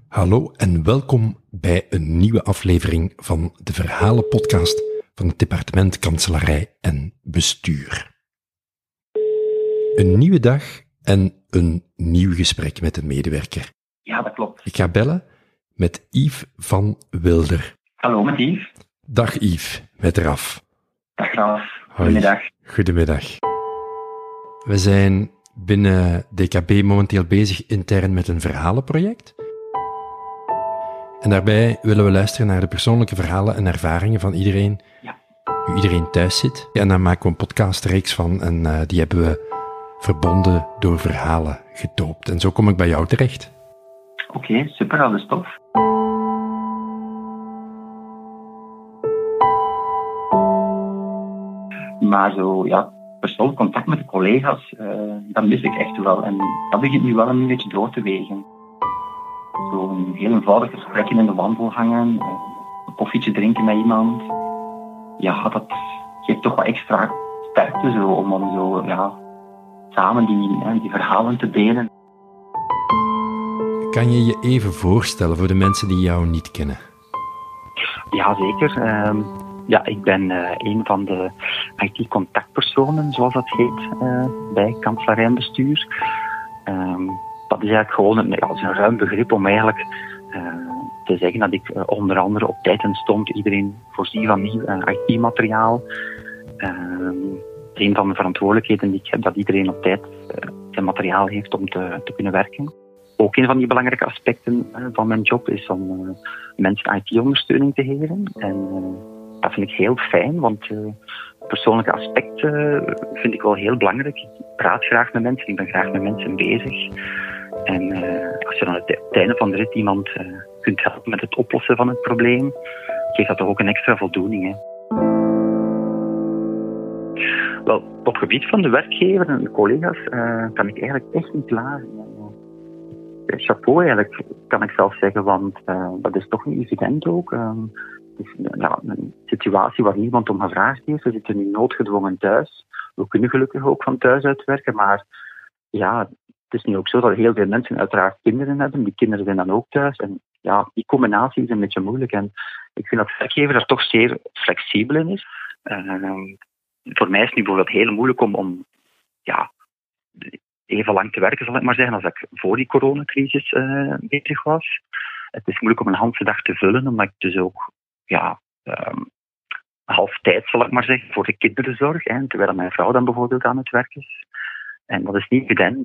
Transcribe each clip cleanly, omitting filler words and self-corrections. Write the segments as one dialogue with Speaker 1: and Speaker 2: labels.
Speaker 1: Hallo en welkom bij een nieuwe aflevering van de Verhalenpodcast van het departement Kanselarij en Bestuur. Een nieuwe dag en een nieuw gesprek met een medewerker.
Speaker 2: Ja, dat klopt.
Speaker 1: Ik ga bellen met Yves van Wilder.
Speaker 2: Hallo, met Yves.
Speaker 1: Dag Yves, met Raf.
Speaker 2: Dag Raf. Goedemiddag.
Speaker 1: Goedemiddag. We zijn binnen DKB momenteel bezig intern met een verhalenproject. En daarbij willen we luisteren naar de persoonlijke verhalen en ervaringen van iedereen, hoe iedereen thuis zit. En daar maken we een podcastreeks van en die hebben we verbonden door verhalen gedoopt. En zo kom ik bij jou terecht.
Speaker 2: Oké, super, dat is tof. Maar zo, persoonlijk contact met de collega's, dat mis ik echt wel. En dat begint nu wel een beetje door te wegen. Zo'n heel eenvoudig gesprekje in de wandel hangen, een koffietje drinken met iemand. Ja, dat geeft toch wat extra sterkte zo, om dan zo, samen die verhalen te delen.
Speaker 1: Kan je je even voorstellen voor de mensen die jou niet kennen?
Speaker 2: Ja, zeker. Ik ben een van de IT-contactpersonen, zoals dat heet, bij Kanselarij en Bestuur. Dat is eigenlijk gewoon een ruim begrip om eigenlijk te zeggen dat ik onder andere op tijd en stond iedereen voorzie van nieuw IT-materiaal. Een van de verantwoordelijkheden die ik heb, dat iedereen op tijd zijn materiaal heeft om te kunnen werken. Ook een van die belangrijke aspecten van mijn job is om mensen IT-ondersteuning te geven. En dat vind ik heel fijn, want persoonlijke aspecten vind ik wel heel belangrijk. Ik praat graag met mensen, ik ben graag met mensen bezig. En als je dan aan het einde van de rit iemand kunt helpen met het oplossen van het probleem, geeft dat toch ook een extra voldoening. Hè? Wel, op het gebied van de werkgever en de collega's kan ik eigenlijk echt niet klagen. Chapeau eigenlijk, kan ik zelf zeggen, want dat is toch niet evident ook. Het is een situatie waar niemand om gevraagd heeft. We zitten nu noodgedwongen thuis. We kunnen gelukkig ook van thuis uitwerken, maar het is nu ook zo dat heel veel mensen uiteraard kinderen hebben. Die kinderen zijn dan ook thuis. En die combinatie is een beetje moeilijk. En ik vind dat de werkgever daar toch zeer flexibel in is. Voor mij is het nu bijvoorbeeld heel moeilijk om even lang te werken, zal ik maar zeggen, als ik voor die coronacrisis bezig was. Het is moeilijk om een hele dag te vullen, omdat ik dus ook half tijd, zal ik maar zeggen, voor de kinderen zorg. Terwijl mijn vrouw dan bijvoorbeeld aan het werk is. En dat is niet evident.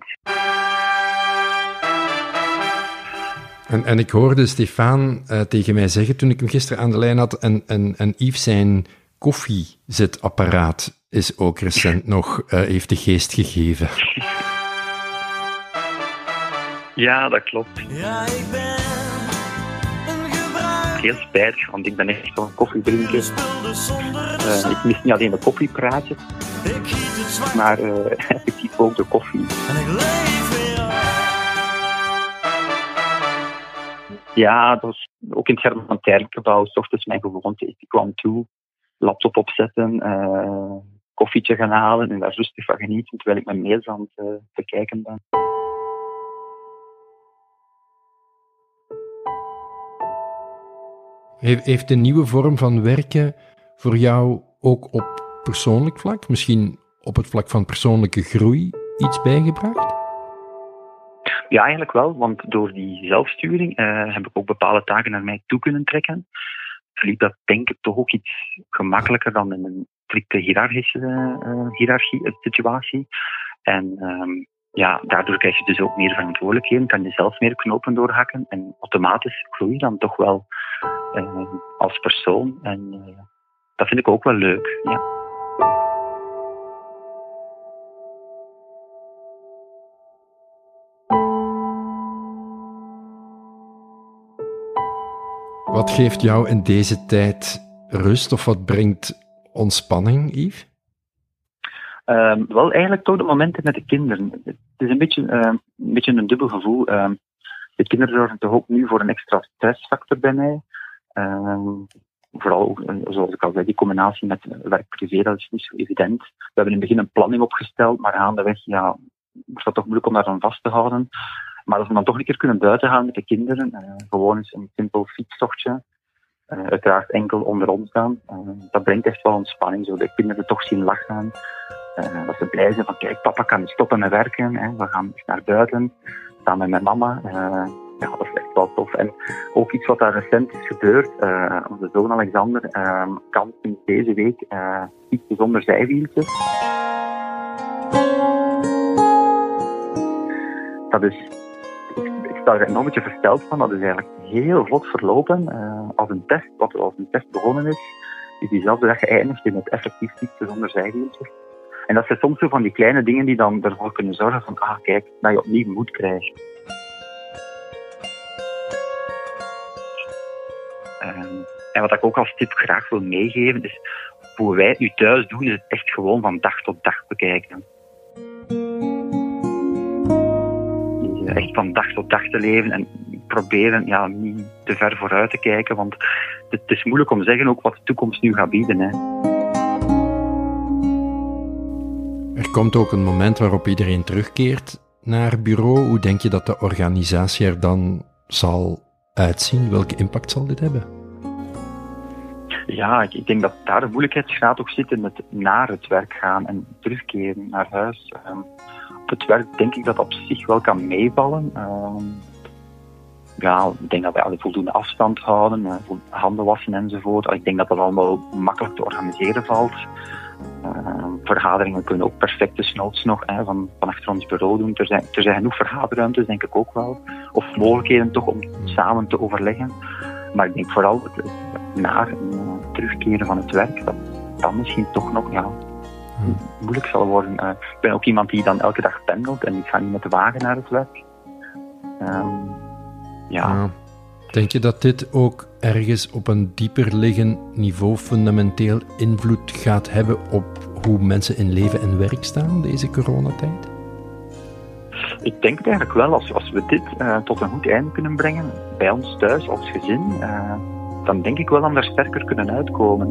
Speaker 1: En ik hoorde Stefaan tegen mij zeggen, toen ik hem gisteren aan de lijn had, en Yves zijn koffiezetapparaat is ook recent nog, heeft de geest gegeven.
Speaker 2: Ja, dat klopt. Ja, ik ben heel spijtig, want ik ben echt zo'n koffiedrinker. Ik mis niet alleen de koffiepraatjes, maar effectief ook de koffie. Ja, dat was ook in het Herman gebouw. 's Ochtends mijn gewoonte. Ik kwam toe, laptop opzetten, koffietje gaan halen en daar rustig van genieten terwijl ik mijn mails aan het bekijken ben.
Speaker 1: Heeft de nieuwe vorm van werken voor jou ook op persoonlijk vlak, misschien op het vlak van persoonlijke groei, iets bijgebracht?
Speaker 2: Ja, eigenlijk wel, want door die zelfsturing heb ik ook bepaalde taken naar mij toe kunnen trekken. Liep dat denk ik toch ook iets gemakkelijker dan in een strikte hiërarchie-situatie. En daardoor krijg je dus ook meer verantwoordelijkheden, kan je zelf meer knopen doorhakken en automatisch groei je dan toch wel als persoon. En dat vind ik ook wel leuk, ja.
Speaker 1: Wat geeft jou in deze tijd rust of wat brengt ontspanning, Yves?
Speaker 2: Wel, eigenlijk toch de momenten met de kinderen. Het is een beetje een dubbel gevoel. De kinderen zorgen toch ook nu voor een extra stressfactor bij mij. Vooral, zoals ik al zei, die combinatie met werk-privé, dat is niet zo evident. We hebben in het begin een planning opgesteld, maar gaandeweg wordt het toch moeilijk om daar aan vast te houden. Maar als we dan toch een keer kunnen buiten gaan met de kinderen, gewoon eens een simpel fietstochtje, uiteraard enkel onder ons dan, dat brengt echt wel ontspanning, zo de kinderen toch zien lachen, dat ze blij zijn van kijk, papa kan niet stoppen met werken, hè, we gaan eens naar buiten, samen met mijn mama. Ja, dat is echt wel tof. En ook iets wat daar recent is gebeurd, onze zoon Alexander kan sinds deze week fietsen zonder zijwieltjes. Dat is, ik sta er enorm versteld van, dat is eigenlijk heel vlot verlopen. Als een test, wat als een test begonnen is diezelfde dag geëindigd in het effectief fietsen zonder zijwieltjes. En dat zijn soms zo van die kleine dingen die dan ervoor kunnen zorgen van, kijk, dat je opnieuw moed krijgt. En wat ik ook als tip graag wil meegeven, is hoe wij het nu thuis doen, is het echt gewoon van dag tot dag bekijken. Echt van dag tot dag te leven en proberen niet te ver vooruit te kijken, want het is moeilijk om te zeggen ook wat de toekomst nu gaat bieden. Hè.
Speaker 1: Er komt ook een moment waarop iedereen terugkeert naar het bureau. Hoe denk je dat de organisatie er dan zal uitzien? Welke impact zal dit hebben?
Speaker 2: Ja, ik denk dat daar de moeilijkheidsgraad ook zit in het naar het werk gaan en terugkeren naar huis. Op het werk denk ik dat op zich wel kan meevallen. Ik denk dat wij alle voldoende afstand houden, handen wassen enzovoort. Ik denk dat dat allemaal makkelijk te organiseren valt. Vergaderingen kunnen ook perfect desnoods nog van achter ons bureau doen. Er zijn genoeg vergaderruimtes, denk ik ook wel. Of mogelijkheden toch om samen te overleggen. Maar ik denk vooral het naar terugkeren van het werk, dat dan misschien toch nog moeilijk zal worden. Ik ben ook iemand die dan elke dag pendelt en ik ga niet met de wagen naar het werk.
Speaker 1: Denk je dat dit ook ergens op een dieper liggend niveau fundamenteel invloed gaat hebben op hoe mensen in leven en werk staan deze coronatijd?
Speaker 2: Ik denk het eigenlijk wel. Als we dit tot een goed einde kunnen brengen, bij ons thuis als gezin, dan denk ik wel dat we er sterker kunnen uitkomen.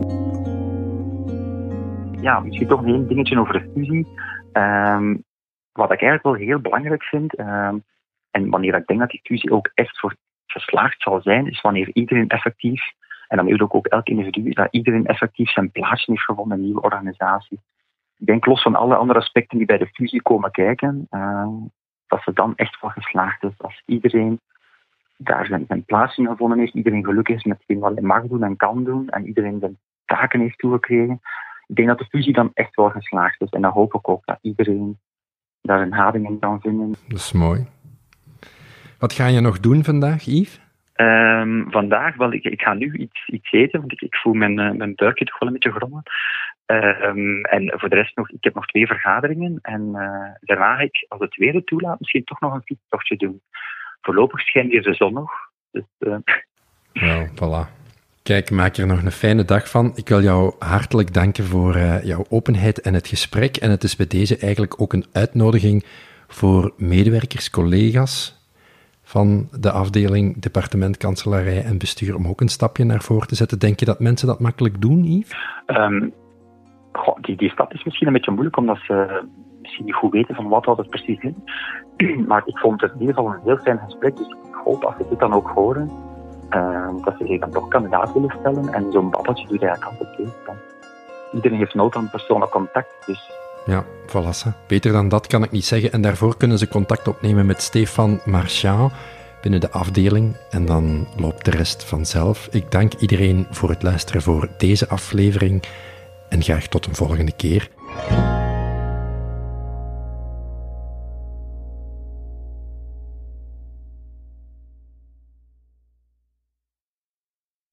Speaker 2: Ja, misschien toch een dingetje over de fusie. Wat ik eigenlijk wel heel belangrijk vind, en wanneer ik denk dat die fusie ook echt voor geslaagd zal zijn, is wanneer iedereen effectief, en dan bedoel ik ook elk individu, dat iedereen effectief zijn plaatsje heeft gevonden in een nieuwe organisatie. Ik denk los van alle andere aspecten die bij de fusie komen kijken, dat ze dan echt wel geslaagd is. Als iedereen daar zijn plaatsje gevonden heeft, iedereen gelukkig is met hetgeen wat hij mag doen en kan doen, en iedereen zijn taken heeft toegekregen. Ik denk dat de fusie dan echt wel geslaagd is. En dan hoop ik ook dat iedereen daar een hading in kan vinden.
Speaker 1: Dat is mooi. Wat ga je nog doen vandaag, Yves?
Speaker 2: Vandaag, ik ga nu iets eten, want ik voel mijn buikje toch wel een beetje grommen. En voor de rest ik heb nog 2 vergaderingen. En daarna ga ik, als het weer het toelaat, misschien toch nog een fietstochtje doen. Voorlopig schijnt hier de zon nog. Dus,
Speaker 1: Nou, voilà. Kijk, maak er nog een fijne dag van. Ik wil jou hartelijk danken voor jouw openheid en het gesprek. En het is bij deze eigenlijk ook een uitnodiging voor medewerkers, collega's van de afdeling Departement Kanselarij en Bestuur om ook een stapje naar voren te zetten. Denk je dat mensen dat makkelijk doen, Yves?
Speaker 2: Die stap is misschien een beetje moeilijk, omdat ze misschien niet goed weten van wat het precies is. Maar ik vond het in ieder geval een heel fijn gesprek, dus ik hoop als ze dit dan ook horen, dat ze zich dan toch kandidaat willen stellen. En zo'n babbeltje doet eigenlijk altijd leuk. Iedereen heeft nood aan persoonlijk contact, dus...
Speaker 1: Ja, voilà. Beter dan dat kan ik niet zeggen. En daarvoor kunnen ze contact opnemen met Stefan Marchand binnen de afdeling. En dan loopt de rest vanzelf. Ik dank iedereen voor het luisteren voor deze aflevering. En graag tot een volgende keer.